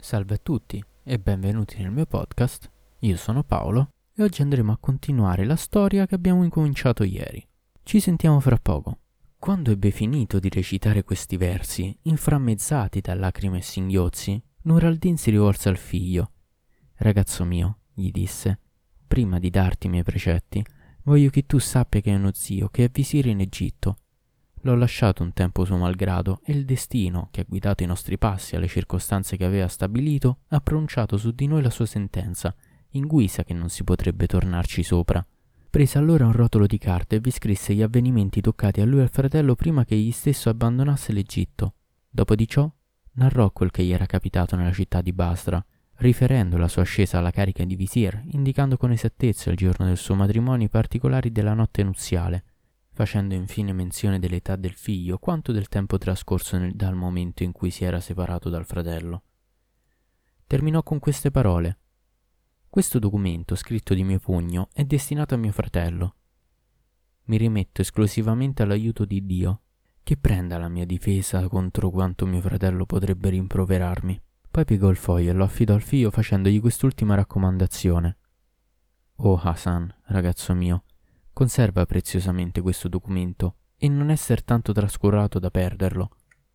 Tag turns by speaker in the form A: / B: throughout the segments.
A: Salve a tutti e benvenuti nel mio podcast. Io sono Paolo e oggi andremo a continuare la storia che abbiamo incominciato ieri. Ci sentiamo fra poco. Quando ebbe finito di recitare questi versi, inframmezzati da lacrime e singhiozzi, Nur al-Din si rivolse al figlio. «Ragazzo mio», gli disse, «prima di darti i miei precetti, voglio che tu sappia che hai uno zio che è visire in Egitto. L'ho lasciato un tempo suo malgrado e il destino, che ha guidato i nostri passi alle circostanze che aveva stabilito, ha pronunciato su di noi la sua sentenza, in guisa che non si potrebbe tornarci sopra. Prese allora un rotolo di carta e vi scrisse gli avvenimenti toccati a lui e al fratello prima che egli stesso abbandonasse l'Egitto. Dopo di ciò, narrò quel che gli era capitato nella città di Basra, riferendo la sua ascesa alla carica di visir, indicando con esattezza il giorno del suo matrimonio i particolari della notte nuziale, facendo infine menzione dell'età del figlio quanto del tempo trascorso dal momento in cui si era separato dal fratello. Terminò con queste parole: «Questo documento, scritto di mio pugno, è destinato a mio fratello. Mi rimetto esclusivamente all'aiuto di Dio, che prenda la mia difesa contro quanto mio fratello potrebbe rimproverarmi». Poi piegò il foglio e lo affidò al figlio facendogli quest'ultima raccomandazione: «Oh Hasan, ragazzo mio, conserva preziosamente questo documento e non esser tanto trascurato da perderlo».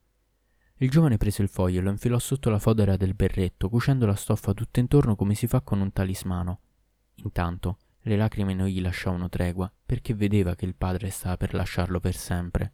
A: Il giovane prese il foglio e lo infilò sotto la fodera del berretto, cucendo la stoffa tutto intorno come si fa con un talismano. Intanto le lacrime non gli lasciavano tregua, perché vedeva che il padre stava per lasciarlo per sempre.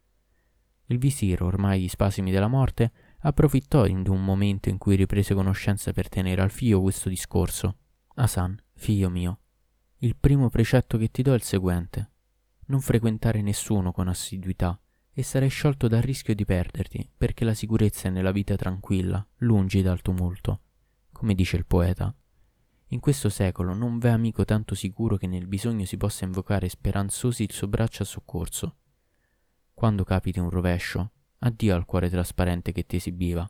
A: Il visir, ormai agli spasimi della morte, approfittò di un momento in cui riprese conoscenza per tenere al figlio questo discorso: «Hasan, figlio mio, il primo precetto che ti do è il seguente: non frequentare nessuno con assiduità e sarai sciolto dal rischio di perderti, perché la sicurezza è nella vita tranquilla, lungi dal tumulto. Come dice il poeta, in questo secolo non v'è amico tanto sicuro che nel bisogno si possa invocare speranzosi il suo braccio a soccorso. Quando capiti un rovescio, addio al cuore trasparente che ti esibiva.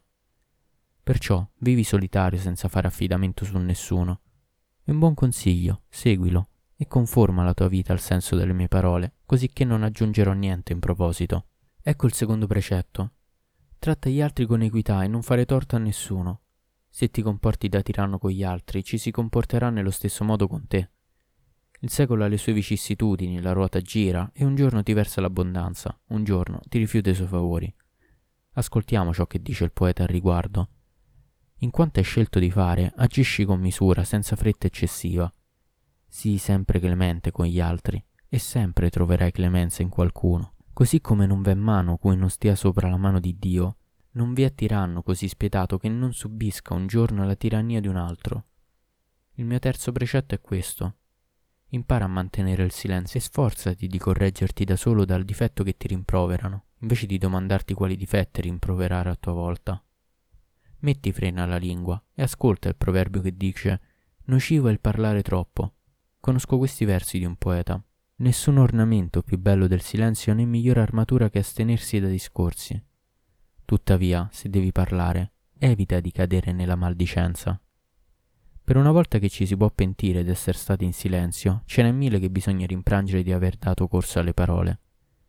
A: Perciò vivi solitario senza fare affidamento su nessuno. È un buon consiglio, seguilo e conforma la tua vita al senso delle mie parole, così che non aggiungerò niente in proposito. Ecco il secondo precetto: tratta gli altri con equità e non fare torto a nessuno. Se ti comporti da tiranno con gli altri, ci si comporterà nello stesso modo con te. Il secolo ha le sue vicissitudini, la ruota gira e un giorno ti versa l'abbondanza, un giorno ti rifiuta i suoi favori. Ascoltiamo ciò che dice il poeta al riguardo. In quanto hai scelto di fare, agisci con misura, senza fretta eccessiva. Sii sempre clemente con gli altri e sempre troverai clemenza in qualcuno. Così come non v'è mano cui non stia sopra la mano di Dio, non vi è tiranno così spietato che non subisca un giorno la tirannia di un altro. Il mio terzo precetto è questo: impara a mantenere il silenzio e sforzati di correggerti da solo dal difetto che ti rimproverano, invece di domandarti quali difetti rimproverare a tua volta. Metti freno alla lingua e ascolta il proverbio che dice: nocivo è il parlare troppo. Conosco questi versi di un poeta: nessun ornamento più bello del silenzio né migliore armatura che astenersi da discorsi. Tuttavia, se devi parlare, evita di cadere nella maldicenza. Per una volta che ci si può pentire d'essere stati in silenzio, ce n'è mille che bisogna rimpiangere di aver dato corso alle parole.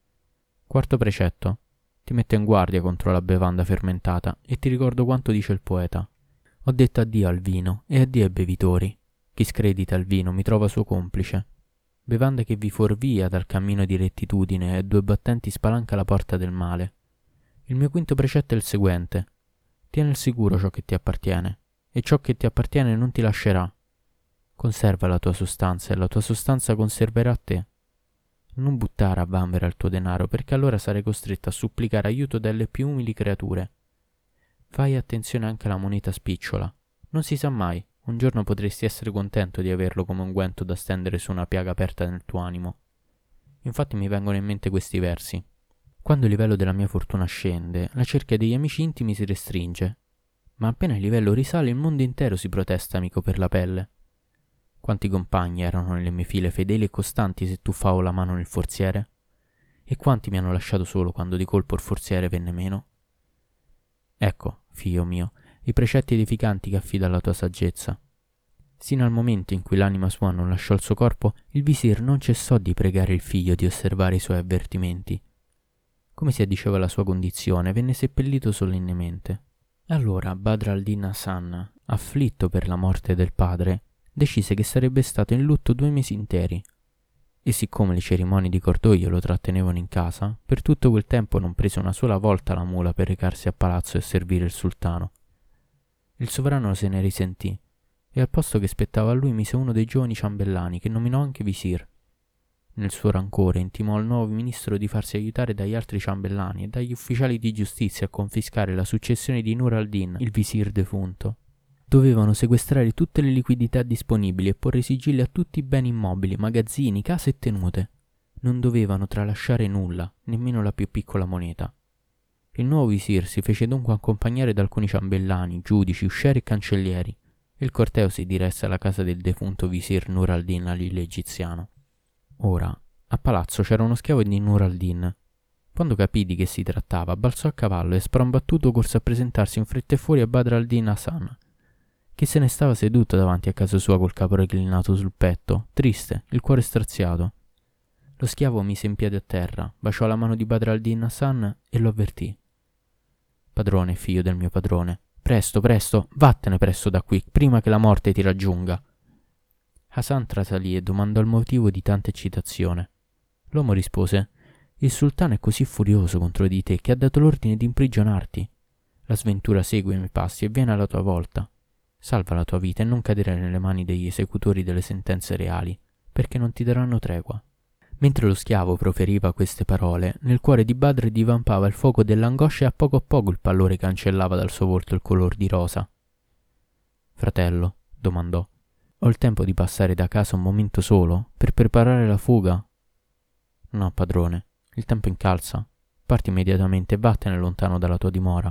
A: Quarto precetto: ti metto in guardia contro la bevanda fermentata e ti ricordo quanto dice il poeta: ho detto addio al vino e addio ai bevitori. Chi scredita il vino mi trova suo complice. Bevanda che vi fuorvia dal cammino di rettitudine e a due battenti spalanca la porta del male. Il mio quinto precetto è il seguente: tieni al sicuro ciò che ti appartiene, e ciò che ti appartiene non ti lascerà. Conserva la tua sostanza e la tua sostanza conserverà te. Non buttare a vanvera il tuo denaro, perché allora sarai costretto a supplicare aiuto dalle più umili creature. Fai attenzione anche alla moneta spicciola. Non si sa mai, un giorno potresti essere contento di averlo come unguento da stendere su una piaga aperta nel tuo animo. Infatti mi vengono in mente questi versi: quando il livello della mia fortuna scende, la cerchia degli amici intimi si restringe, ma appena il livello risale il mondo intero si protesta amico per la pelle. Quanti compagni erano nelle mie file fedeli e costanti se tuffavo la mano nel forziere? E quanti mi hanno lasciato solo quando di colpo il forziere venne meno? Ecco, figlio mio, i precetti edificanti che affida alla tua saggezza. Sino al momento in cui l'anima sua non lasciò il suo corpo, il visir non cessò di pregare il figlio di osservare i suoi avvertimenti. Come si addiceva la sua condizione, venne seppellito solennemente. E allora Badr al-Din Hasan, afflitto per la morte del padre, decise che sarebbe stato in lutto 2 mesi interi. E siccome le cerimonie di cordoglio lo trattenevano in casa, per tutto quel tempo non prese una sola volta la mula per recarsi a palazzo e servire il sultano. Il sovrano se ne risentì e al posto che spettava a lui mise uno dei giovani ciambellani che nominò anche visir. Nel suo rancore intimò al nuovo ministro di farsi aiutare dagli altri ciambellani e dagli ufficiali di giustizia a confiscare la successione di Nur al-Din, il visir defunto. Dovevano sequestrare tutte le liquidità disponibili e porre sigilli a tutti i beni immobili, magazzini, case e tenute. Non dovevano tralasciare nulla, nemmeno la più piccola moneta. Il nuovo visir si fece dunque accompagnare da alcuni ciambellani, giudici, uscieri e cancellieri, e il corteo si diresse alla casa del defunto visir Nur al-Din al-Lil egiziano. Ora, a palazzo c'era uno schiavo di Nur al-Din. Quando capì di che si trattava, balzò a cavallo e sprombattuto corse a presentarsi in fretta e fuori a Badr al-Din Hasan, che se ne stava seduto davanti a casa sua col capo reclinato sul petto, triste, il cuore straziato. Lo schiavo mise in piedi a terra, baciò la mano di Badr al-Din Hasan e lo avvertì. «Padrone, figlio del mio padrone, presto, presto, vattene presto da qui, prima che la morte ti raggiunga». Hasan trasalì e domandò il motivo di tanta eccitazione. L'uomo rispose: «Il sultano è così furioso contro di te che ha dato l'ordine di imprigionarti. La sventura segue i miei passi e viene alla tua volta. Salva la tua vita e non cadere nelle mani degli esecutori delle sentenze reali, perché non ti daranno tregua». Mentre lo schiavo proferiva queste parole, nel cuore di Badr divampava il fuoco dell'angoscia e a poco il pallore cancellava dal suo volto il color di rosa. «Fratello», domandò, «ho il tempo di passare da casa un momento solo, per preparare la fuga?» «No, padrone, il tempo incalza. Parti immediatamente e vattene lontano dalla tua dimora».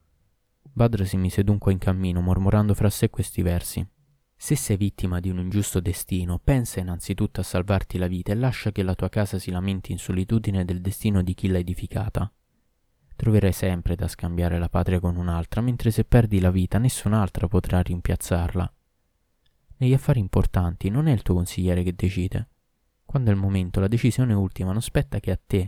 A: Badr si mise dunque in cammino, mormorando fra sé questi versi. «Se sei vittima di un ingiusto destino, pensa innanzitutto a salvarti la vita e lascia che la tua casa si lamenti in solitudine del destino di chi l'ha edificata. Troverai sempre da scambiare la patria con un'altra, mentre se perdi la vita nessun'altra potrà rimpiazzarla. Negli affari importanti non è il tuo consigliere che decide. Quando è il momento, la decisione ultima non spetta che a te.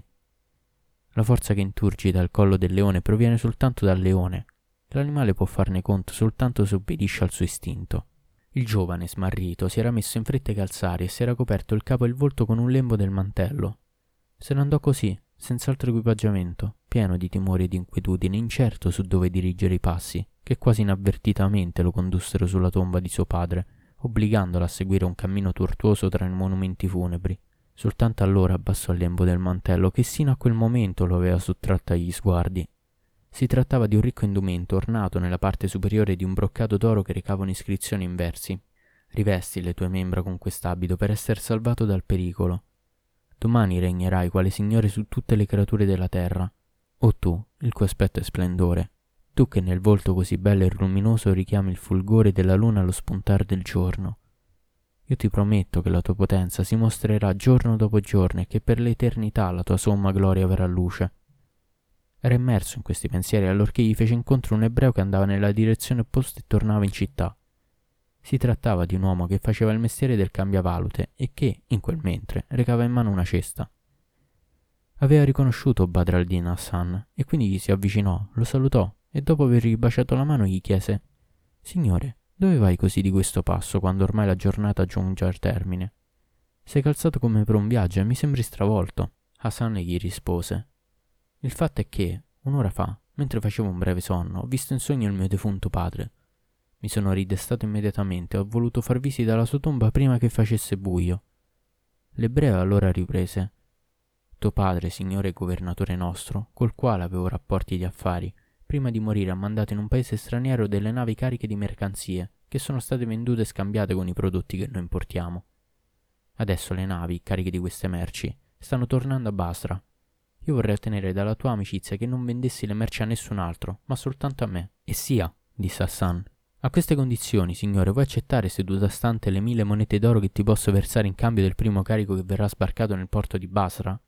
A: La forza che inturgita il collo del leone proviene soltanto dal leone. L'animale può farne conto soltanto se obbedisce al suo istinto». Il giovane, smarrito, si era messo in fretta ai calzari e si era coperto il capo e il volto con un lembo del mantello. Se ne andò così, senza altro equipaggiamento, pieno di timori e di inquietudine, incerto su dove dirigere i passi, che quasi inavvertitamente lo condussero sulla tomba di suo padre, obbligandolo a seguire un cammino tortuoso tra i monumenti funebri. Soltanto allora abbassò il lembo del mantello che sino a quel momento lo aveva sottratto agli sguardi. Si trattava di un ricco indumento ornato nella parte superiore di un broccato d'oro che recava un'iscrizione in versi: «Rivesti le tue membra con quest'abito per essere salvato dal pericolo. Domani regnerai quale signore su tutte le creature della terra. O tu, il cui aspetto è splendore, tu che nel volto così bello e luminoso richiami il fulgore della luna allo spuntar del giorno. Io ti prometto che la tua potenza si mostrerà giorno dopo giorno e che per l'eternità la tua somma gloria avrà luce». Era immerso in questi pensieri allorché gli fece incontro un ebreo che andava nella direzione opposta e tornava in città. Si trattava di un uomo che faceva il mestiere del cambiavalute e che, in quel mentre, recava in mano una cesta. Aveva riconosciuto Badr al-Din Hasan e quindi gli si avvicinò, lo salutò e dopo avergli baciato la mano gli chiese: «Signore, dove vai così di questo passo quando ormai la giornata giunge al termine? Sei calzato come per un viaggio e mi sembri stravolto». Hasan gli rispose: «Il fatto è che, un'ora fa, mentre facevo un breve sonno, ho visto in sogno il mio defunto padre. Mi sono ridestato immediatamente e ho voluto far visita alla sua tomba prima che facesse buio». L'ebreo allora riprese: «Tuo padre, signore governatore nostro, col quale avevo rapporti di affari, prima di morire ha mandato in un paese straniero delle navi cariche di mercanzie, che sono state vendute e scambiate con i prodotti che noi importiamo. Adesso le navi, cariche di queste merci, stanno tornando a Basra. Io vorrei ottenere dalla tua amicizia che non vendessi le merci a nessun altro, ma soltanto a me». «E sia», disse Hassan. «A queste condizioni, signore, vuoi accettare seduta stante le 1000 monete d'oro che ti posso versare in cambio del primo carico che verrà sbarcato nel porto di Basra?»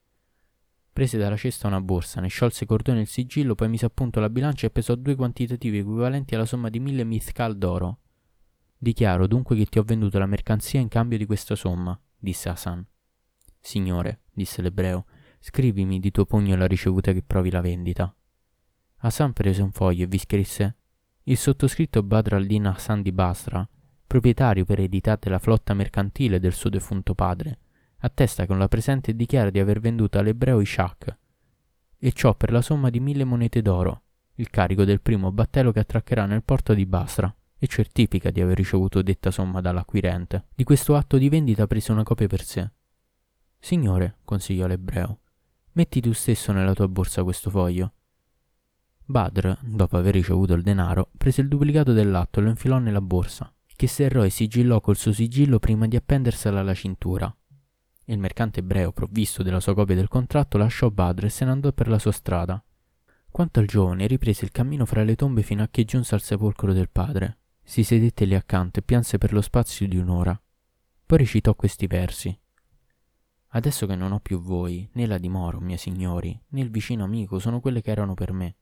A: Prese dalla cesta una borsa, ne sciolse i cordoni e il sigillo, poi mise a punto la bilancia e pesò 2 quantitativi equivalenti alla somma di 1000 mithqal d'oro. «Dichiaro dunque che ti ho venduto la mercanzia in cambio di questa somma», disse Hassan. «Signore», disse l'ebreo, «scrivimi di tuo pugno la ricevuta che provi la vendita». Hasan prese un foglio e vi scrisse: il sottoscritto Badr al-Din Hasan di Basra, proprietario per eredità della flotta mercantile del suo defunto padre, attesta con la presente dichiara di aver venduto all'ebreo Ishaq, e ciò per la somma di 1000 monete d'oro, il carico del primo battello che attraccherà nel porto di Basra, e certifica di aver ricevuto detta somma dall'acquirente. Di questo atto di vendita prese una copia per sé. Signore, consigliò l'ebreo, metti tu stesso nella tua borsa questo foglio. Badr, dopo aver ricevuto il denaro, prese il duplicato dell'atto e lo infilò nella borsa, che serrò e sigillò col suo sigillo prima di appendersela alla cintura. Il mercante ebreo, provvisto della sua copia del contratto, lasciò Badr e se ne andò per la sua strada. Quanto al giovane, riprese il cammino fra le tombe fino a che giunse al sepolcro del padre. Si sedette lì accanto e pianse per lo spazio di un'ora. Poi recitò questi versi. Adesso che non ho più voi, né la dimora, miei signori, né il vicino amico sono quelle che erano per me.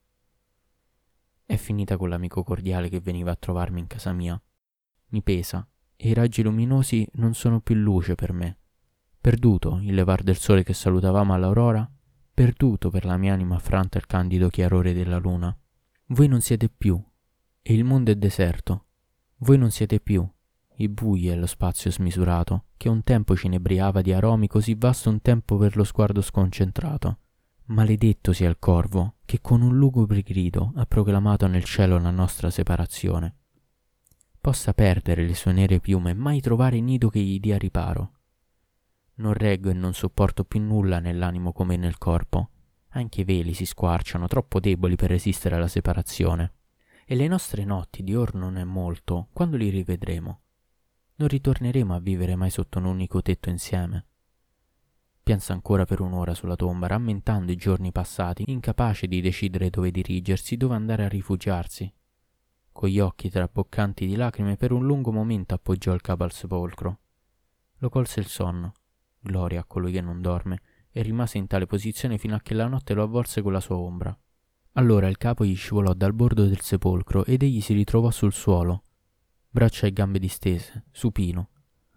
A: È finita con l'amico cordiale che veniva a trovarmi in casa mia. Mi pesa, e i raggi luminosi non sono più luce per me. Perduto il levar del sole che salutavamo all'aurora, perduto per la mia anima affranta il candido chiarore della luna. Voi non siete più, e il mondo è deserto. Voi non siete più, il buio è lo spazio smisurato, che un tempo ci inebriava di aromi così vasto un tempo per lo sguardo sconcentrato. Maledetto sia il corvo, che con un lugubre grido ha proclamato nel cielo la nostra separazione. Possa perdere le sue nere piume e mai trovare nido che gli dia riparo. Non reggo e non sopporto più nulla nell'animo come nel corpo. Anche i veli si squarciano, troppo deboli per resistere alla separazione. E le nostre notti di or non è molto, quando li rivedremo? Non ritorneremo a vivere mai sotto un unico tetto insieme. Pianse ancora per un'ora sulla tomba, rammentando i giorni passati, incapace di decidere dove dirigersi, dove andare a rifugiarsi. Con gli occhi traboccanti di lacrime, per un lungo momento appoggiò il capo al sepolcro. Lo colse il sonno, gloria a colui che non dorme, e rimase in tale posizione fino a che la notte lo avvolse con la sua ombra. Allora il capo gli scivolò dal bordo del sepolcro ed egli si ritrovò sul suolo, braccia e gambe distese, supino.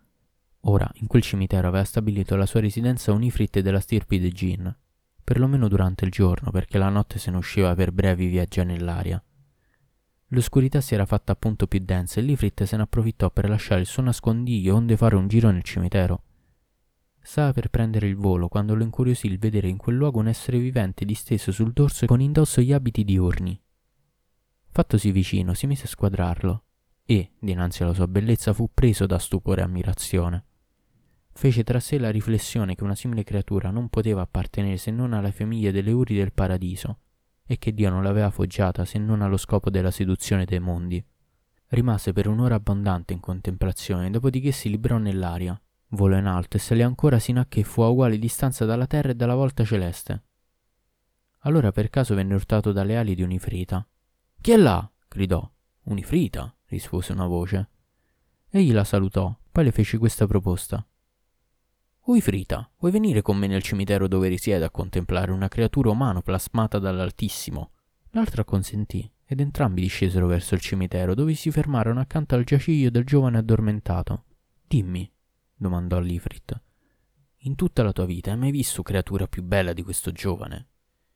A: Ora, in quel cimitero aveva stabilito la sua residenza un ifrit della stirpe dei Jinn, perlomeno durante il giorno, perché la notte se ne usciva per brevi viaggi nell'aria. L'oscurità si era fatta appunto più densa e l'ifrit se ne approfittò per lasciare il suo nascondiglio onde fare un giro nel cimitero. Stava per prendere il volo quando lo incuriosì il vedere in quel luogo un essere vivente disteso sul dorso e con indosso gli abiti diurni. Fattosi vicino, si mise a squadrarlo e, dinanzi alla sua bellezza, fu preso da stupore e ammirazione. Fece tra sé la riflessione che una simile creatura non poteva appartenere se non alla famiglia delle uri del paradiso e che Dio non l'aveva foggiata se non allo scopo della seduzione dei mondi. Rimase per un'ora abbondante in contemplazione, dopodiché si librò nell'aria, volò in alto e salì ancora sino a che fu a uguale distanza dalla terra e dalla volta celeste. Allora per caso venne urtato dalle ali di un'ifrita. «Chi è là?» gridò. «Un'ifrita?» rispose una voce. Egli la salutò, poi le fece questa proposta. «O Ifrita, vuoi venire con me nel cimitero dove risiede a contemplare una creatura umana plasmata dall'Altissimo?» L'altra acconsentì, ed entrambi discesero verso il cimitero, dove si fermarono accanto al giaciglio del giovane addormentato. «Dimmi», domandò l'Ifrit, «in tutta la tua vita hai mai visto creatura più bella di questo giovane?»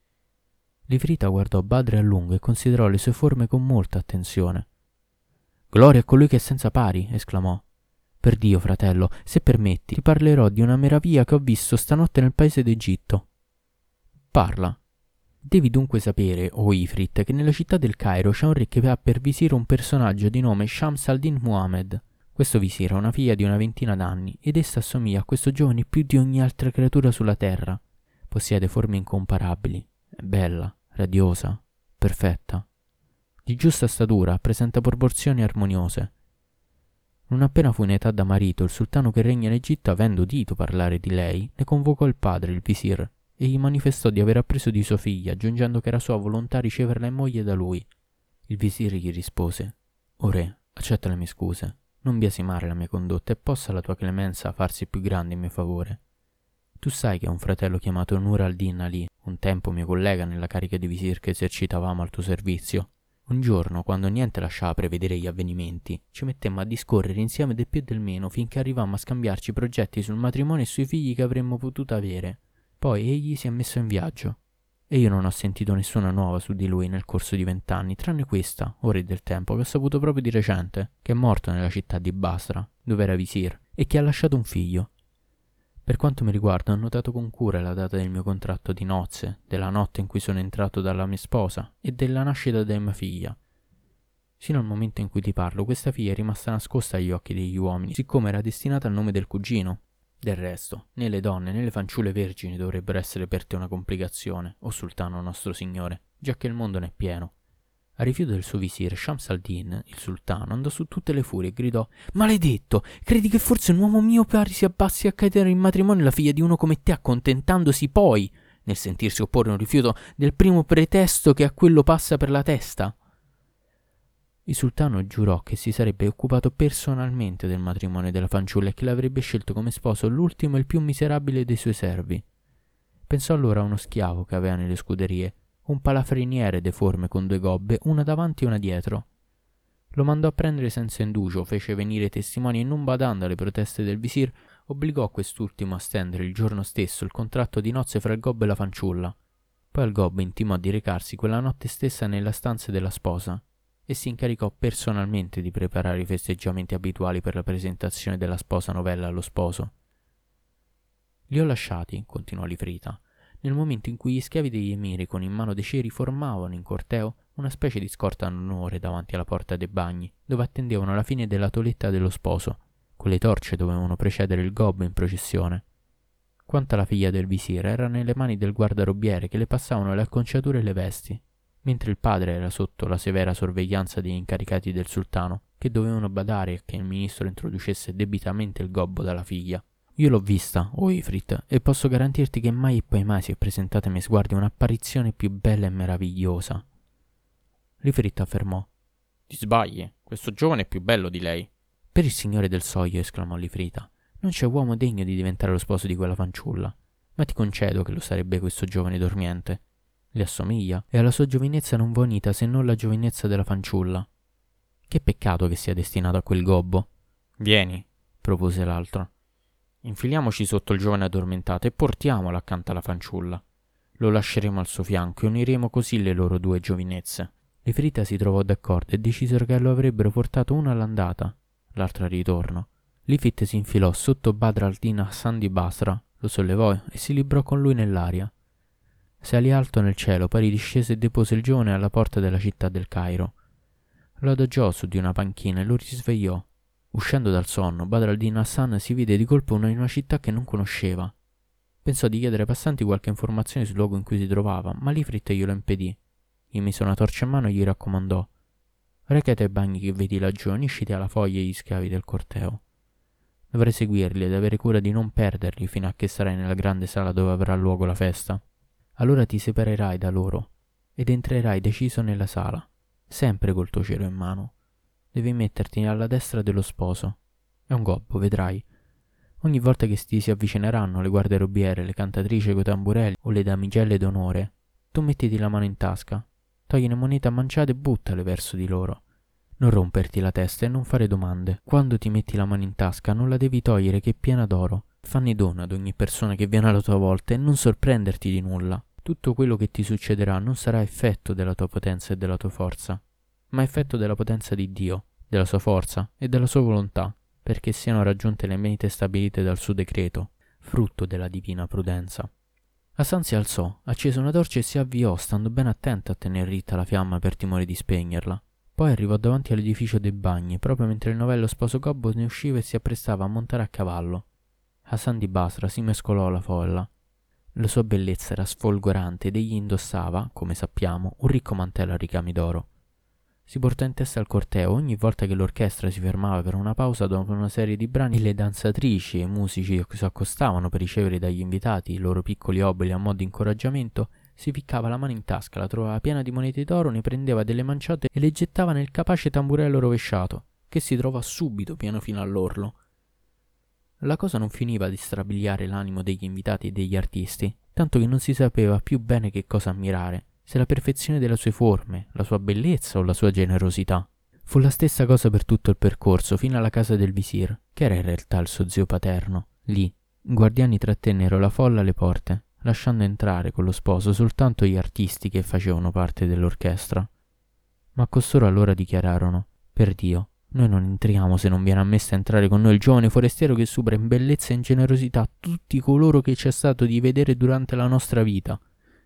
A: L'Ifrita guardò Badr a lungo e considerò le sue forme con molta attenzione. «Gloria a colui che è senza pari!» esclamò. «Per Dio, fratello, se permetti, ti parlerò di una meraviglia che ho visto stanotte nel paese d'Egitto». «Parla». «Devi dunque sapere, o Ifrit, che nella città del Cairo c'è un re che ha per visire un personaggio di nome Shams al-Din Muhammad. Questo visire ha una figlia di una ventina d'anni ed essa assomiglia a questo giovane più di ogni altra creatura sulla terra. Possiede forme incomparabili, è bella, radiosa, perfetta. Di giusta statura, presenta proporzioni armoniose. Non appena fu in età da marito, il sultano che regna in Egitto, avendo udito parlare di lei, ne convocò il padre, il visir, e gli manifestò di aver appreso di sua figlia, aggiungendo che era sua volontà riceverla in moglie da lui. Il visir gli rispose: «O re, accetta le mie scuse, non biasimare la mia condotta e possa la tua clemenza farsi più grande in mio favore. Tu sai che ho un fratello chiamato Nur al-Din Ali, un tempo mio collega nella carica di visir che esercitavamo al tuo servizio. Un giorno, quando niente lasciava prevedere gli avvenimenti, ci mettemmo a discorrere insieme del più e del meno finché arrivammo a scambiarci progetti sul matrimonio e sui figli che avremmo potuto avere. Poi egli si è messo in viaggio. e io non ho sentito nessuna nuova su di lui nel corso di 20 anni, tranne questa, ora e del tempo, che ho saputo proprio di recente, che è morto nella città di Basra, dove era visir, e che ha lasciato un figlio. Per quanto mi riguarda, ho notato con cura la data del mio contratto di nozze, della notte in cui sono entrato dalla mia sposa e della nascita della mia figlia. Sino al momento in cui ti parlo, questa figlia è rimasta nascosta agli occhi degli uomini, siccome era destinata al nome del cugino. Del resto, né le donne né le fanciulle vergini dovrebbero essere per te una complicazione, o sultano nostro signore, già che il mondo ne è pieno. A rifiuto del suo visir, Shams al-Din, il sultano, andò su tutte le furie e gridò: «Maledetto! Credi che forse un uomo mio pari si abbassi a chiedere in matrimonio la figlia di uno come te, accontentandosi poi, nel sentirsi opporre un rifiuto, del primo pretesto che a quello passa per la testa?» Il sultano giurò che si sarebbe occupato personalmente del matrimonio della fanciulla e che l'avrebbe scelto come sposo l'ultimo e il più miserabile dei suoi servi. Pensò allora a uno schiavo che aveva nelle scuderie, un palafreniere deforme con 2 gobbe, una davanti e una dietro. Lo mandò a prendere senza indugio, fece venire testimoni e, non badando alle proteste del visir, obbligò quest'ultimo a stendere il giorno stesso il contratto di nozze fra il gobbo e la fanciulla. Poi al gobbo intimò di recarsi quella notte stessa nella stanza della sposa e si incaricò personalmente di preparare i festeggiamenti abituali per la presentazione della sposa novella allo sposo. Li ho lasciati, continuò Lifrita, nel momento in cui gli schiavi degli emiri con in mano dei ceri formavano in corteo una specie di scorta d'onore davanti alla porta dei bagni, dove attendevano la fine della toletta dello sposo. Quelle torce dovevano precedere il gobbo in processione. Quanto alla figlia del visir, era nelle mani del guardarobiere che le passavano le acconciature e le vesti, mentre il padre era sotto la severa sorveglianza degli incaricati del sultano, che dovevano badare a che il ministro introducesse debitamente il gobbo dalla figlia. Io l'ho vista, o Ifrit, e posso garantirti che mai e poi mai si è presentata ai miei sguardi un'apparizione più bella e meravigliosa. Ifrit affermò: «Ti sbagli, questo giovane è più bello di lei». «Per il signore del soglio», esclamò Lifrita, «non c'è uomo degno di diventare lo sposo di quella fanciulla, ma ti concedo che lo sarebbe questo giovane dormiente. Le assomiglia, e alla sua giovinezza non va unita se non la giovinezza della fanciulla. Che peccato che sia destinato a quel gobbo». «Vieni», propose l'altro. «Infiliamoci sotto il giovane addormentato e portiamolo accanto alla fanciulla. Lo lasceremo al suo fianco e uniremo così le loro 2 giovinezze». Lifrita si trovò d'accordo e decisero che lo avrebbero portato una all'andata, l'altra al ritorno. Lifrit si infilò sotto Badr al-Din Hassan di Basra, lo sollevò e si librò con lui nell'aria. Salì alto nel cielo, poi discese e depose il giovane alla porta della città del Cairo. Lo adagiò su di una panchina e lo risvegliò. Uscendo dal sonno, Badr al-Din Hassan si vide di colpo in una città che non conosceva. Pensò di chiedere ai passanti qualche informazione sul luogo in cui si trovava, ma Lifrit glielo impedì. Gli mise una torcia in mano e gli raccomandò: «Recate ai bagni che vedi laggiù, unisciti alla foglia e gli schiavi del corteo. Dovrai seguirli ed avere cura di non perderli fino a che sarai nella grande sala dove avrà luogo la festa. Allora ti separerai da loro ed entrerai deciso nella sala, sempre col tuo cero in mano. Devi metterti alla destra dello sposo. È un gobbo, vedrai. Ogni volta che ti si avvicineranno le guardarobiere, le cantatrici coi tamburelli o le damigelle d'onore, tu mettiti la mano in tasca, togli le monete a manciate e buttale verso di loro. Non romperti la testa e non fare domande. Quando ti metti la mano in tasca non la devi togliere che è piena d'oro. Fanne dono ad ogni persona che viene alla tua volta e non sorprenderti di nulla. Tutto quello che ti succederà non sarà effetto della tua potenza e della tua forza, ma effetto della potenza di Dio, della sua forza e della sua volontà, perché siano raggiunte le mete stabilite dal suo decreto, frutto della divina prudenza». Hassan si alzò, accese una torcia e si avviò, stando ben attento a tener ritta la fiamma per timore di spegnerla. Poi arrivò davanti all'edificio dei bagni, proprio mentre il novello sposo gobbo ne usciva e si apprestava a montare a cavallo. Hassan di Basra si mescolò alla folla. La sua bellezza era sfolgorante ed egli indossava, come sappiamo, un ricco mantello a ricami d'oro. Si portò in testa al corteo ogni volta che l'orchestra si fermava per una pausa dopo una serie di brani e le danzatrici e i musici che si accostavano per ricevere dagli invitati i loro piccoli oboli a mo' di incoraggiamento. Si ficcava la mano in tasca, la trovava piena di monete d'oro, ne prendeva delle manciate e le gettava nel capace tamburello rovesciato, che si trovò subito pieno fino all'orlo. La cosa non finiva di strabiliare l'animo degli invitati e degli artisti, tanto che non si sapeva più bene che cosa ammirare, se la perfezione delle sue forme, la sua bellezza o la sua generosità. Fu la stessa cosa per tutto il percorso, fino alla casa del visir, che era in realtà il suo zio paterno. Lì, i guardiani trattennero la folla alle porte, lasciando entrare con lo sposo soltanto gli artisti che facevano parte dell'orchestra. Ma costoro allora dichiararono: «Per Dio, noi non entriamo se non viene ammesso a entrare con noi il giovane forestiero che supera in bellezza e in generosità tutti coloro che ci è stato di vedere durante la nostra vita.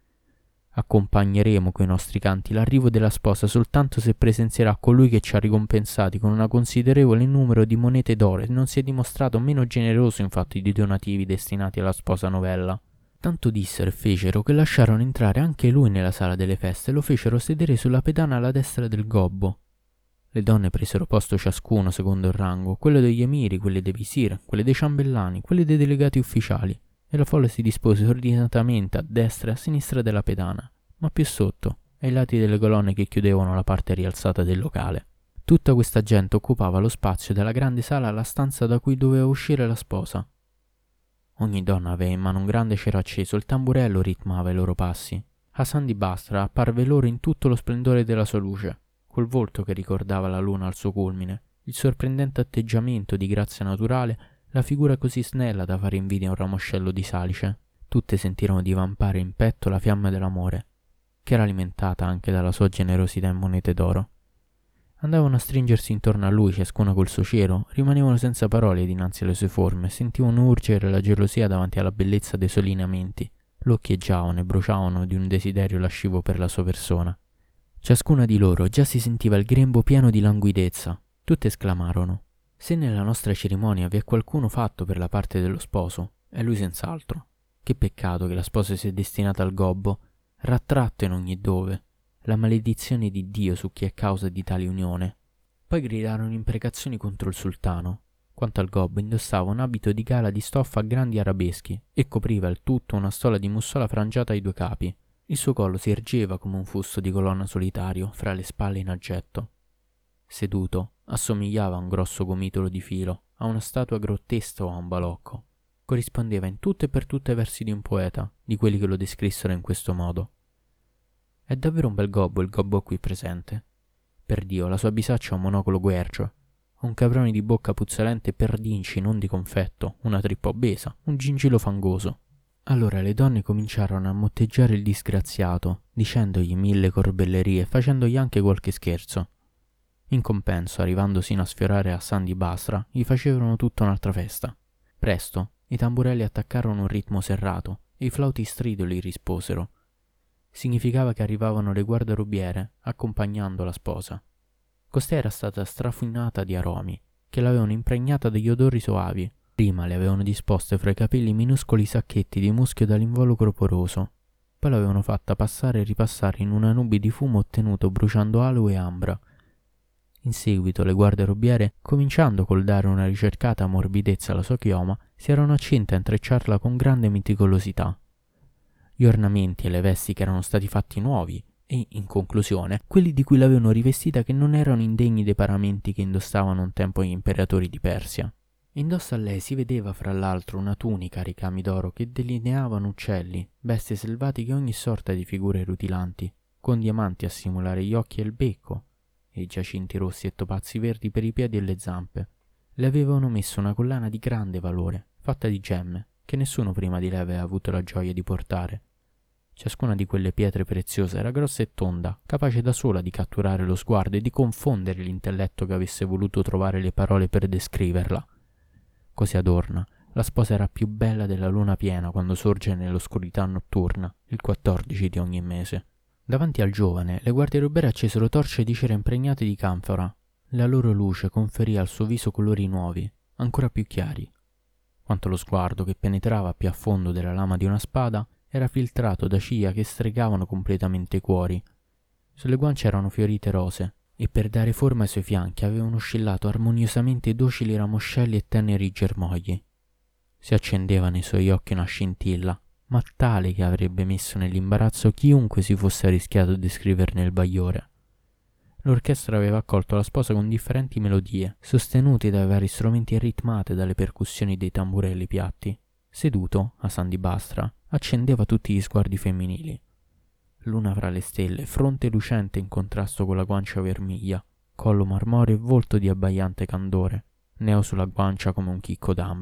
A: Accompagneremo coi nostri canti l'arrivo della sposa soltanto se presenzierà colui che ci ha ricompensati con un considerevole numero di monete d'oro e non si è dimostrato meno generoso infatti di donativi destinati alla sposa novella». Tanto dissero e fecero che lasciarono entrare anche lui nella sala delle feste e lo fecero sedere sulla pedana alla destra del gobbo. Le donne presero posto ciascuno secondo il rango, quello degli emiri, quelle dei visir, quelle dei ciambellani, quelle dei delegati ufficiali, e la folla si dispose ordinatamente a destra e a sinistra della pedana, ma più sotto, ai lati delle colonne che chiudevano la parte rialzata del locale. Tutta questa gente occupava lo spazio della grande sala alla stanza da cui doveva uscire la sposa. Ogni donna aveva in mano un grande cero acceso, il tamburello ritmava i loro passi. Hasan di Basra apparve loro in tutto lo splendore della sua luce, col volto che ricordava la luna al suo culmine, il sorprendente atteggiamento di grazia naturale, la figura così snella da fare invidia a un ramoscello di salice. Tutte sentirono divampare in petto la fiamma dell'amore, che era alimentata anche dalla sua generosità in monete d'oro. Andavano a stringersi intorno a lui, ciascuna col suo cero, rimanevano senza parole dinanzi alle sue forme, sentivano urgere la gelosia davanti alla bellezza dei suoi lineamenti, lo occhieggiavano e bruciavano di un desiderio lascivo per la sua persona. Ciascuna di loro già si sentiva il grembo pieno di languidezza. Tutte esclamarono: «Se nella nostra cerimonia vi è qualcuno fatto per la parte dello sposo, è lui senz'altro. Che peccato che la sposa sia destinata al gobbo, rattratto in ogni dove. La maledizione di Dio su chi è causa di tale unione». Poi gridarono imprecazioni contro il sultano. Quanto al gobbo, indossava un abito di gala di stoffa a grandi arabeschi e copriva il tutto una stola di mussola frangiata ai 2 capi. Il suo collo si ergeva come un fusto di colonna solitario fra le spalle in aggetto. Seduto, assomigliava a un grosso gomitolo di filo, a una statua grottesca o a un balocco. Corrispondeva in tutto e per tutto ai versi di un poeta, di quelli che lo descrissero in questo modo. «È davvero un bel gobbo il gobbo qui presente. Per Dio, la sua bisaccia ha un monocolo guercio, ha un caprone di bocca puzzolente per dinci non di confetto, una trippa obesa, un gingillo fangoso». Allora le donne cominciarono a motteggiare il disgraziato, dicendogli 1000 corbellerie e facendogli anche qualche scherzo. In compenso, arrivando sino a sfiorare Hasan di Basra, gli facevano tutta un'altra festa. Presto i tamburelli attaccarono un ritmo serrato e i flauti stridoli risposero. Significava che arrivavano le guardarobiere accompagnando la sposa. Costei era stata strafinata di aromi, che l'avevano impregnata degli odori soavi. Prima le avevano disposte fra i capelli minuscoli sacchetti di muschio dall'involucro poroso. Poi l'avevano fatta passare e ripassare in una nube di fumo ottenuto bruciando aloe e ambra. In seguito le guardarobiere, cominciando col dare una ricercata morbidezza alla sua chioma, si erano accinte a intrecciarla con grande meticolosità. Gli ornamenti e le vesti che erano stati fatti nuovi e, in conclusione, quelli di cui l'avevano rivestita che non erano indegni dei paramenti che indossavano un tempo gli imperatori di Persia. Indosso a lei si vedeva fra l'altro una tunica a ricami d'oro che delineavano uccelli, bestie selvatiche e ogni sorta di figure rutilanti, con diamanti a simulare gli occhi e il becco, e giacinti rossi e topazzi verdi per i piedi e le zampe. Le avevano messo una collana di grande valore, fatta di gemme, che nessuno prima di lei aveva avuto la gioia di portare. Ciascuna di quelle pietre preziose era grossa e tonda, capace da sola di catturare lo sguardo e di confondere l'intelletto che avesse voluto trovare le parole per descriverla. Così adorna, la sposa era più bella della luna piena quando sorge nell'oscurità notturna, il 14 di ogni mese. Davanti al giovane, le guardarobiere accesero torce di cera impregnate di canfora. La loro luce conferì al suo viso colori nuovi, ancora più chiari. Quanto lo sguardo, che penetrava più a fondo della lama di una spada, era filtrato da ciglia che stregavano completamente i cuori. Sulle guance erano fiorite rose, e per dare forma ai suoi fianchi avevano oscillato armoniosamente docili ramoscelli e teneri germogli. Si accendeva nei suoi occhi una scintilla, ma tale che avrebbe messo nell'imbarazzo chiunque si fosse arrischiato a descriverne il bagliore. L'orchestra aveva accolto la sposa con differenti melodie, sostenute dai vari strumenti e ritmate dalle percussioni dei tamburelli piatti. Seduto, Hasan di Basra, accendeva tutti gli sguardi femminili. Luna fra le stelle, fronte lucente in contrasto con la guancia vermiglia, collo marmoreo e volto di abbagliante candore, neo sulla guancia come un chicco d'ambra.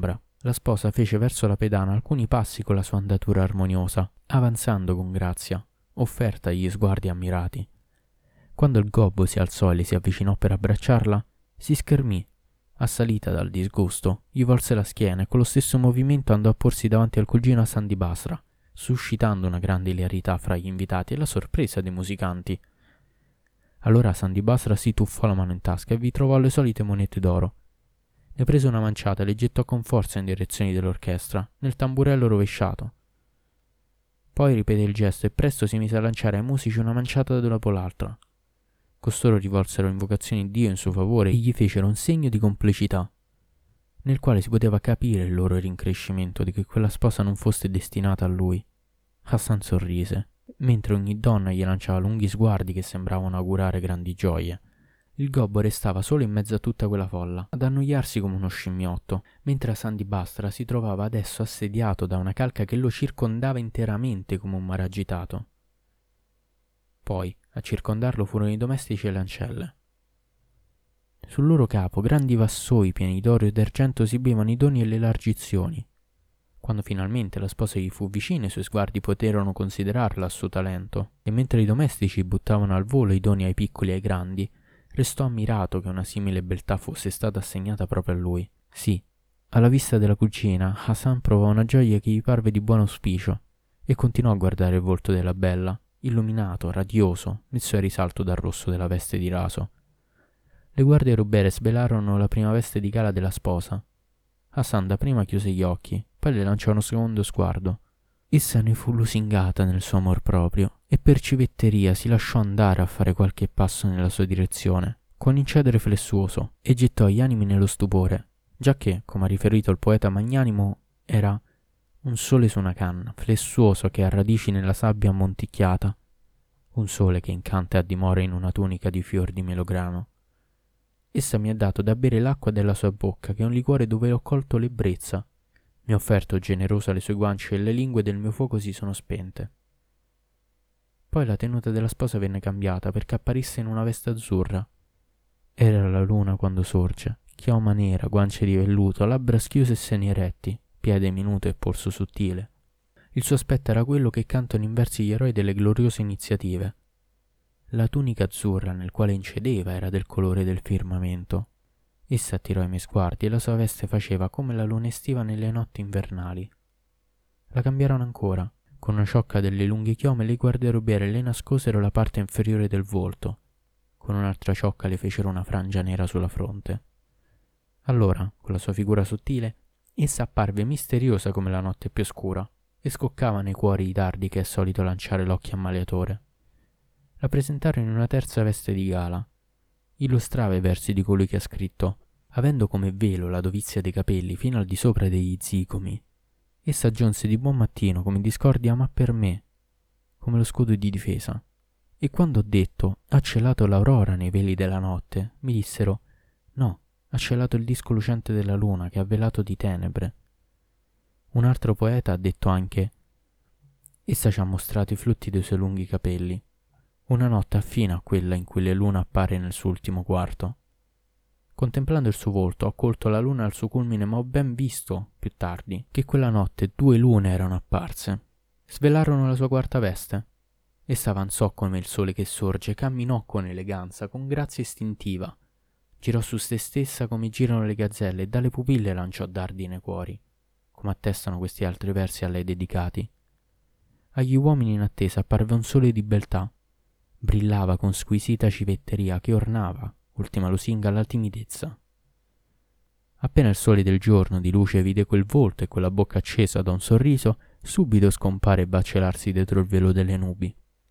A: La sposa fece verso la pedana alcuni passi con la sua andatura armoniosa, avanzando con grazia, offerta agli sguardi ammirati. Quando il gobbo si alzò e le si avvicinò per abbracciarla, si schermì. Assalita dal disgusto, gli volse la schiena e con lo stesso movimento andò a porsi davanti al cugino Hassan di Basra, suscitando una grande ilarità fra gli invitati e la sorpresa dei musicanti. Allora Hassan di Basra si tuffò la mano in tasca e vi trovò le solite monete d'oro. Ne prese una manciata e le gettò con forza in direzione dell'orchestra, nel tamburello rovesciato. Poi ripete il gesto e presto si mise a lanciare ai musici una manciata dopo l'altra. Costoro rivolsero invocazioni di Dio in suo favore e gli fecero un segno di complicità, nel quale si poteva capire il loro rincrescimento di che quella sposa non fosse destinata a lui. Hassan sorrise, mentre ogni donna gli lanciava lunghi sguardi che sembravano augurare grandi gioie. Il gobbo restava solo in mezzo a tutta quella folla, ad annoiarsi come uno scimmiotto, mentre Hassan di Basra si trovava adesso assediato da una calca che lo circondava interamente come un mare agitato. Poi, a circondarlo furono i domestici e le ancelle. Sul loro capo grandi vassoi pieni d'oro e d'argento esibivano i doni e le largizioni. Quando finalmente la sposa gli fu vicina, i suoi sguardi poterono considerarla a suo talento, e mentre i domestici buttavano al volo i doni ai piccoli e ai grandi, restò ammirato che una simile beltà fosse stata assegnata proprio a lui. Sì, alla vista della cugina, Hassan provò una gioia che gli parve di buon auspicio, e continuò a guardare il volto della bella, illuminato, radioso, messo a risalto dal rosso della veste di raso. Le guardie rubere svelarono la prima veste di gala della sposa. Hassan dapprima chiuse gli occhi, poi le lanciò uno secondo sguardo. Essa ne fu lusingata nel suo amor proprio e per civetteria si lasciò andare a fare qualche passo nella sua direzione, con incedere flessuoso, e gettò gli animi nello stupore, giacché, come ha riferito il poeta magnanimo, era un sole su una canna, flessuoso che ha radici nella sabbia ammonticchiata, un sole che incanta e ha dimora in una tunica di fior di melograno. Essa mi ha dato da bere l'acqua della sua bocca, che è un liquore dove ho colto l'ebbrezza. Mi ha offerto generosa le sue guance e le lingue del mio fuoco si sono spente. Poi la tenuta della sposa venne cambiata perché apparisse in una veste azzurra. Era la luna quando sorge, chioma nera, guance di velluto, labbra schiuse e seni eretti, piede minuto e polso sottile. Il suo aspetto era quello che cantano in versi gli eroi delle gloriose iniziative. La tunica azzurra nel quale incedeva era del colore del firmamento. Essa attirò i miei sguardi e la sua veste faceva come la luna estiva nelle notti invernali. La cambiarono ancora. Con una ciocca delle lunghe chiome le guardarobiere le nascosero la parte inferiore del volto. Con un'altra ciocca le fecero una frangia nera sulla fronte. Allora, con la sua figura sottile, essa apparve misteriosa come la notte più scura e scoccava nei cuori i dardi che è solito lanciare l'occhio ammaliatore. La presentarono in una terza veste di gala. Illustrava i versi di colui che ha scritto: avendo come velo la dovizia dei capelli fino al di sopra degli zigomi, essa giunse di buon mattino come discordia ma per me, come lo scudo di difesa. E quando ho detto: ha celato l'aurora nei veli della notte, mi dissero: no, ha celato il disco lucente della luna che ha velato di tenebre. Un altro poeta ha detto anche: essa ci ha mostrato i flutti dei suoi lunghi capelli. Una notte affine a quella in cui la luna appare nel suo ultimo quarto. Contemplando il suo volto ho colto la luna al suo culmine, ma ho ben visto, più tardi, che quella notte 2 lune erano apparse. Svelarono la sua quarta veste. Essa avanzò come il sole che sorge, camminò con eleganza, con grazia istintiva. Girò su se stessa come girano le gazzelle e dalle pupille lanciò dardi nei cuori, come attestano questi altri versi a lei dedicati. Agli uomini in attesa apparve un sole di beltà. Brillava con squisita civetteria che ornava, ultima lusinga, la timidezza. Appena il sole del giorno di luce vide quel volto e quella bocca accesa da un sorriso, subito scompare e bacelarsi dietro il velo delle nubi.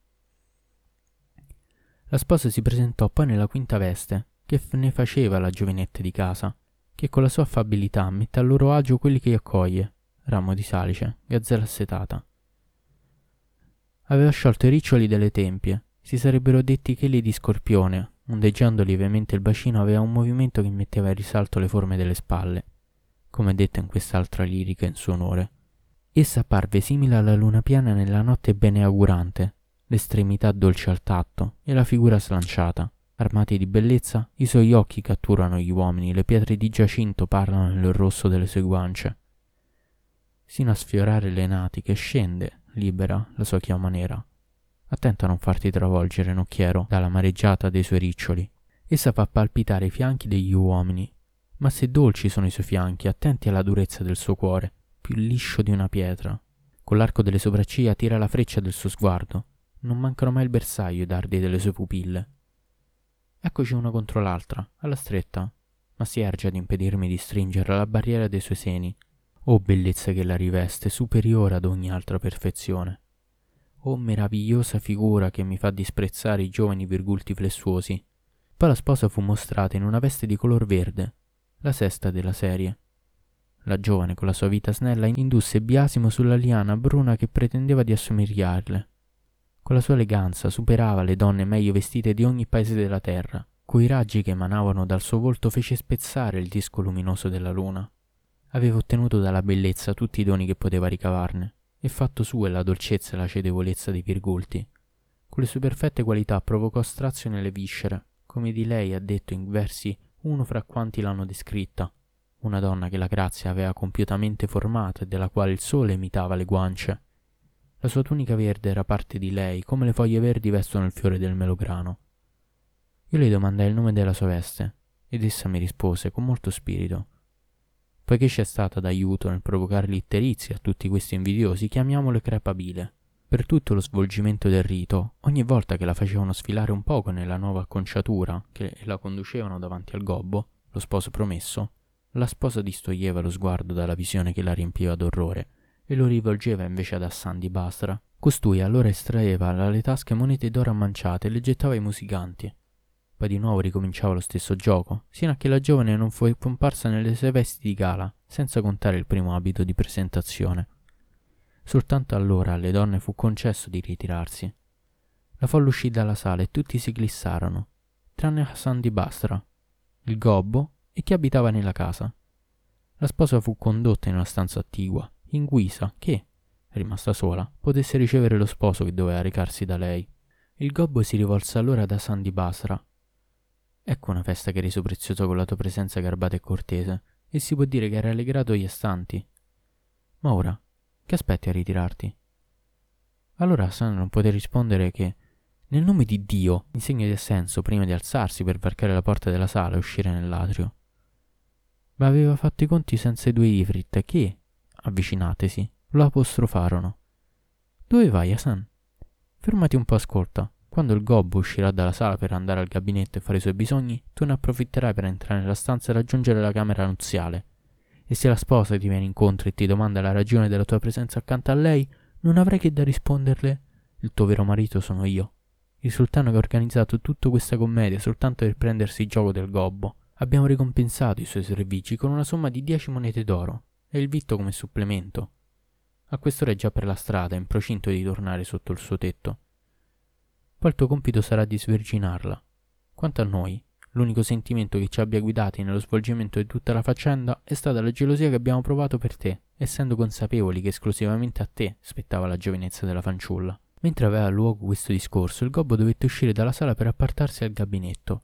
A: La sposa si presentò poi nella quinta veste, che ne faceva la giovinetta di casa, che con la sua affabilità mette a loro agio quelli che accoglie, ramo di salice, gazzella assetata. Aveva sciolto i riccioli delle tempie. Si sarebbero detti cheli di scorpione, ondeggiando lievemente il bacino aveva un movimento che metteva in risalto le forme delle spalle, come detto in quest'altra lirica in suo onore. Essa apparve simile alla luna piena nella notte beneaugurante, l'estremità dolce al tatto e la figura slanciata. Armati di bellezza, i suoi occhi catturano gli uomini, le pietre di giacinto parlano nel rosso delle sue guance. sino a sfiorare le natiche, scende, libera, la sua chioma nera. Attenta a non farti travolgere, nocchiero, dalla mareggiata dei suoi riccioli. Essa fa palpitare i fianchi degli uomini, ma se dolci sono i suoi fianchi, attenti alla durezza del suo cuore, più liscio di una pietra. Con l'arco delle sopracciglia tira la freccia del suo sguardo. Non mancano mai il bersaglio e i dardi delle sue pupille. Eccoci una contro l'altra, alla stretta, ma si erge ad impedirmi di stringere la barriera dei suoi seni. Oh bellezza che la riveste, superiore ad ogni altra perfezione. Oh meravigliosa figura che mi fa disprezzare i giovani virgulti flessuosi. Poi la sposa fu mostrata in una veste di color verde, la sesta della serie. La giovane con la sua vita snella indusse biasimo sulla liana bruna che pretendeva di assomigliarle. Con la sua eleganza superava le donne meglio vestite di ogni paese della terra. Coi raggi che emanavano dal suo volto fece spezzare il disco luminoso della luna. Aveva ottenuto dalla bellezza tutti i doni che poteva ricavarne, e fatto sue la dolcezza e la cedevolezza dei virgulti. Con le sue perfette qualità provocò strazio nelle viscere, come di lei ha detto in versi uno fra quanti l'hanno descritta, una donna che la grazia aveva compiutamente formata e della quale il sole imitava le guance. La sua tunica verde era parte di lei, come le foglie verdi vestono il fiore del melograno. Io le domandai il nome della sua veste, ed essa mi rispose con molto spirito: poiché c'è stata d'aiuto nel provocare l'itterizia a tutti questi invidiosi, chiamiamolo crepabile. Per tutto lo svolgimento del rito, ogni volta che la facevano sfilare un poco nella nuova acconciatura, che la conducevano davanti al gobbo, lo sposo promesso, la sposa distoglieva lo sguardo dalla visione che la riempiva d'orrore e lo rivolgeva invece ad Hassan di Basra. Costui allora estraeva dalle tasche monete d'oro ammanciate e le gettava ai musicanti. Poi di nuovo ricominciava lo stesso gioco, sino a che la giovane non fu comparsa nelle sue vesti di gala, senza contare il primo abito di presentazione. Soltanto allora alle donne fu concesso di ritirarsi. La folla uscì dalla sala e tutti si glissarono, tranne Hassan di Basra, il gobbo e chi abitava nella casa. La sposa fu condotta in una stanza attigua, in guisa che, rimasta sola, potesse ricevere lo sposo che doveva recarsi da lei. Il gobbo si rivolse allora ad Hassan di Basra. Ecco una festa che hai reso preziosa con la tua presenza garbata e cortese, e si può dire che hai rallegrato gli astanti. Ma ora, che aspetti a ritirarti? Allora Hassan non poté rispondere che, nel nome di Dio, in segno di assenso, prima di alzarsi per varcare la porta della sala e uscire nell'atrio. Ma aveva fatto i conti senza i due Ifrit che, avvicinatesi, lo apostrofarono. Dove vai, Hassan? Fermati un po', ascolta. Quando il gobbo uscirà dalla sala per andare al gabinetto e fare i suoi bisogni, tu ne approfitterai per entrare nella stanza e raggiungere la camera nuziale. E se la sposa ti viene incontro e ti domanda la ragione della tua presenza accanto a lei, non avrai che da risponderle: il tuo vero marito sono io, il sultano che ha organizzato tutta questa commedia soltanto per prendersi il gioco del gobbo. Abbiamo ricompensato i suoi servigi con una somma di 10 monete d'oro e il vitto come supplemento. A quest'ora è già per la strada, in procinto di tornare sotto il suo tetto. Poi il tuo compito sarà di sverginarla. Quanto a noi, l'unico sentimento che ci abbia guidati nello svolgimento di tutta la faccenda è stata la gelosia che abbiamo provato per te, essendo consapevoli che esclusivamente a te spettava la giovinezza della fanciulla. Mentre aveva luogo questo discorso, il gobbo dovette uscire dalla sala per appartarsi al gabinetto.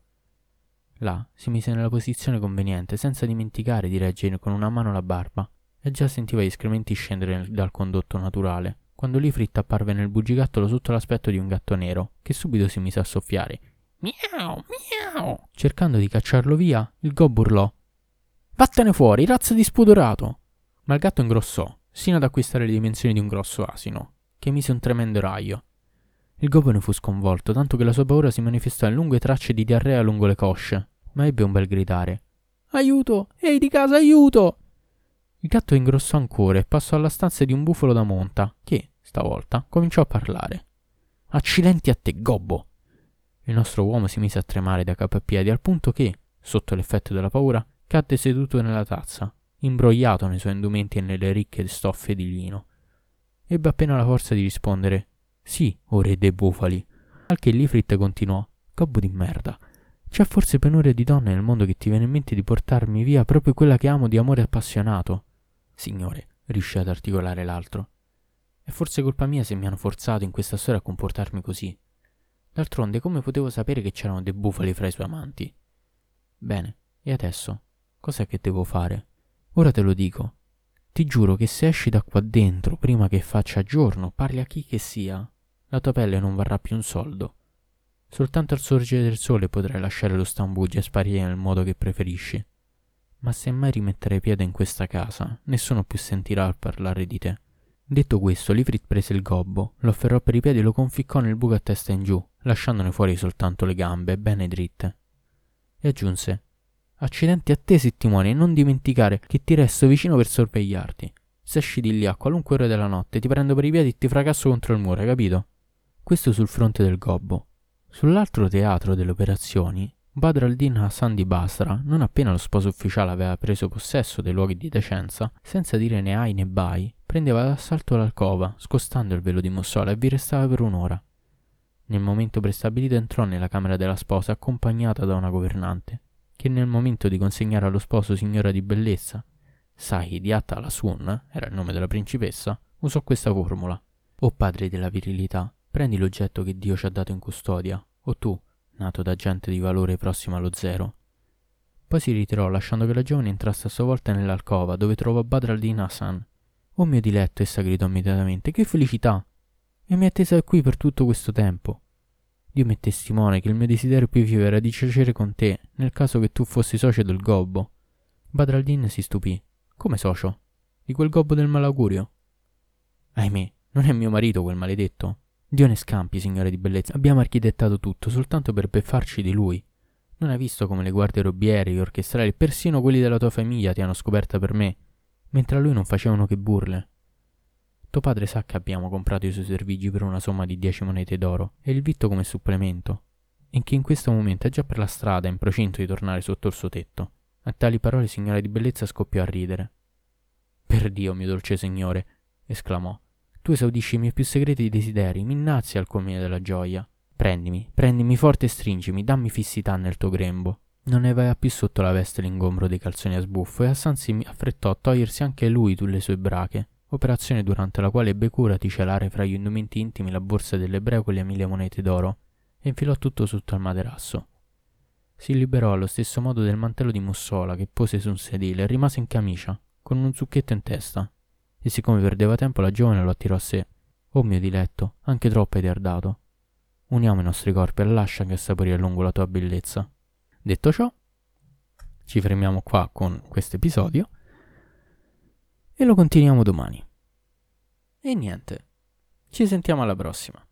A: Là si mise nella posizione conveniente, senza dimenticare di reggere con una mano la barba, e già sentiva gli escrementi scendere dal condotto naturale, quando l'Ifrit apparve nel bugigattolo sotto l'aspetto di un gatto nero, che subito si mise a soffiare. Miau, miau! Cercando di cacciarlo via, il gobbo urlò: vattene fuori, razza di spudorato! Ma il gatto ingrossò, sino ad acquistare le dimensioni di un grosso asino, che mise un tremendo raio. Il gobbo ne fu sconvolto, tanto che la sua paura si manifestò in lunghe tracce di diarrea lungo le cosce, ma ebbe un bel gridare: aiuto! Ehi di casa, aiuto! Il gatto ingrossò ancora e passò alla stanza di un bufalo da monta, che, stavolta, cominciò a parlare. Accidenti a te, gobbo! Il nostro uomo si mise a tremare da capo a piedi, al punto che, sotto l'effetto della paura, cadde seduto nella tazza, imbrogliato nei suoi indumenti e nelle ricche stoffe di lino. Ebbe appena la forza di rispondere: sì, o re dei bufali. Al che l'Ifrit continuò: gobbo di merda, c'è forse penuria di donne nel mondo che ti viene in mente di portarmi via proprio quella che amo di amore appassionato? Signore, riuscì ad articolare l'altro, è forse colpa mia se mi hanno forzato in questa storia a comportarmi così. D'altronde, come potevo sapere che c'erano dei bufali fra i suoi amanti? Bene, e adesso? Cos'è che devo fare? Ora te lo dico. Ti giuro che se esci da qua dentro prima che faccia giorno, parli a chi che sia, la tua pelle non varrà più un soldo. Soltanto al sorgere del sole potrai lasciare lo Stambugia e sparire nel modo che preferisci. Ma se mai rimetterai piede in questa casa, nessuno più sentirà parlare di te. Detto questo, Lifrit prese il gobbo, lo afferrò per i piedi e lo conficcò nel buco a testa in giù, lasciandone fuori soltanto le gambe, bene dritte. E aggiunse: accidenti a te se ti muori, e non dimenticare che ti resto vicino per sorvegliarti. Se esci di lì a qualunque ora della notte, ti prendo per i piedi e ti fracasso contro il muro, hai capito? Questo sul fronte del gobbo. Sull'altro teatro delle operazioni, Badr al-Din Hassan di Basra, non appena lo sposo ufficiale aveva preso possesso dei luoghi di decenza, senza dire né ai né bai, prendeva d'assalto l'alcova, scostando il velo di mussola, e vi restava per un'ora. Nel momento prestabilito entrò nella camera della sposa accompagnata da una governante, che nel momento di consegnare allo sposo signora di bellezza, Sahidiat al-Asun, era il nome della principessa, usò questa formula: o padre della virilità, prendi l'oggetto che Dio ci ha dato in custodia, o tu, nato da gente di valore prossimo allo zero. Poi si ritirò, lasciando che la giovane entrasse a sua volta nell'alcova, dove trovò Badr al-Din Hassan. «Oh mio diletto», essa gridò immediatamente, «che felicità! E mi ha attesa qui per tutto questo tempo. Dio mi è testimone che il mio desiderio più vivo era di giacere con te, nel caso che tu fossi socio del gobbo». Badr al-Din si stupì. «Come socio? Di quel gobbo del malaugurio?» «Ahimè, non è mio marito quel maledetto. Dio ne scampi, signore di bellezza. Abbiamo architettato tutto soltanto per beffarci di lui. Non hai visto come le guardie robbiere, gli orchestrali e persino quelli della tua famiglia ti hanno scoperta per me, mentre a lui non facevano che burle. Tuo padre sa che abbiamo comprato i suoi servigi per una somma di 10 monete d'oro e il vitto come supplemento, e che in questo momento è già per la strada in procinto di tornare sotto il suo tetto». A tali parole signora di bellezza scoppiò a ridere. «Per Dio, mio dolce signore», esclamò, «tu esaudisci i miei più segreti desideri, mi innalzi al culmine della gioia. Prendimi forte e stringimi, dammi fissità nel tuo grembo». Non ne aveva più sotto la veste l'ingombro dei calzoni a sbuffo e Hassan si affrettò a togliersi anche lui le sue brache, operazione durante la quale ebbe cura di celare fra gli indumenti intimi la borsa dell'ebreo con le 1000 monete d'oro e infilò tutto sotto al materasso. Si liberò allo stesso modo del mantello di mussola che pose su un sedile e rimase in camicia, con un zucchetto in testa, e siccome perdeva tempo la giovane lo attirò a sé. «Oh mio diletto, anche troppo hai tardato. Uniamo i nostri corpi e lascia che assapori a lungo la tua bellezza». Detto ciò, ci fermiamo qua con questo episodio e lo continuiamo domani. E niente, ci sentiamo alla prossima.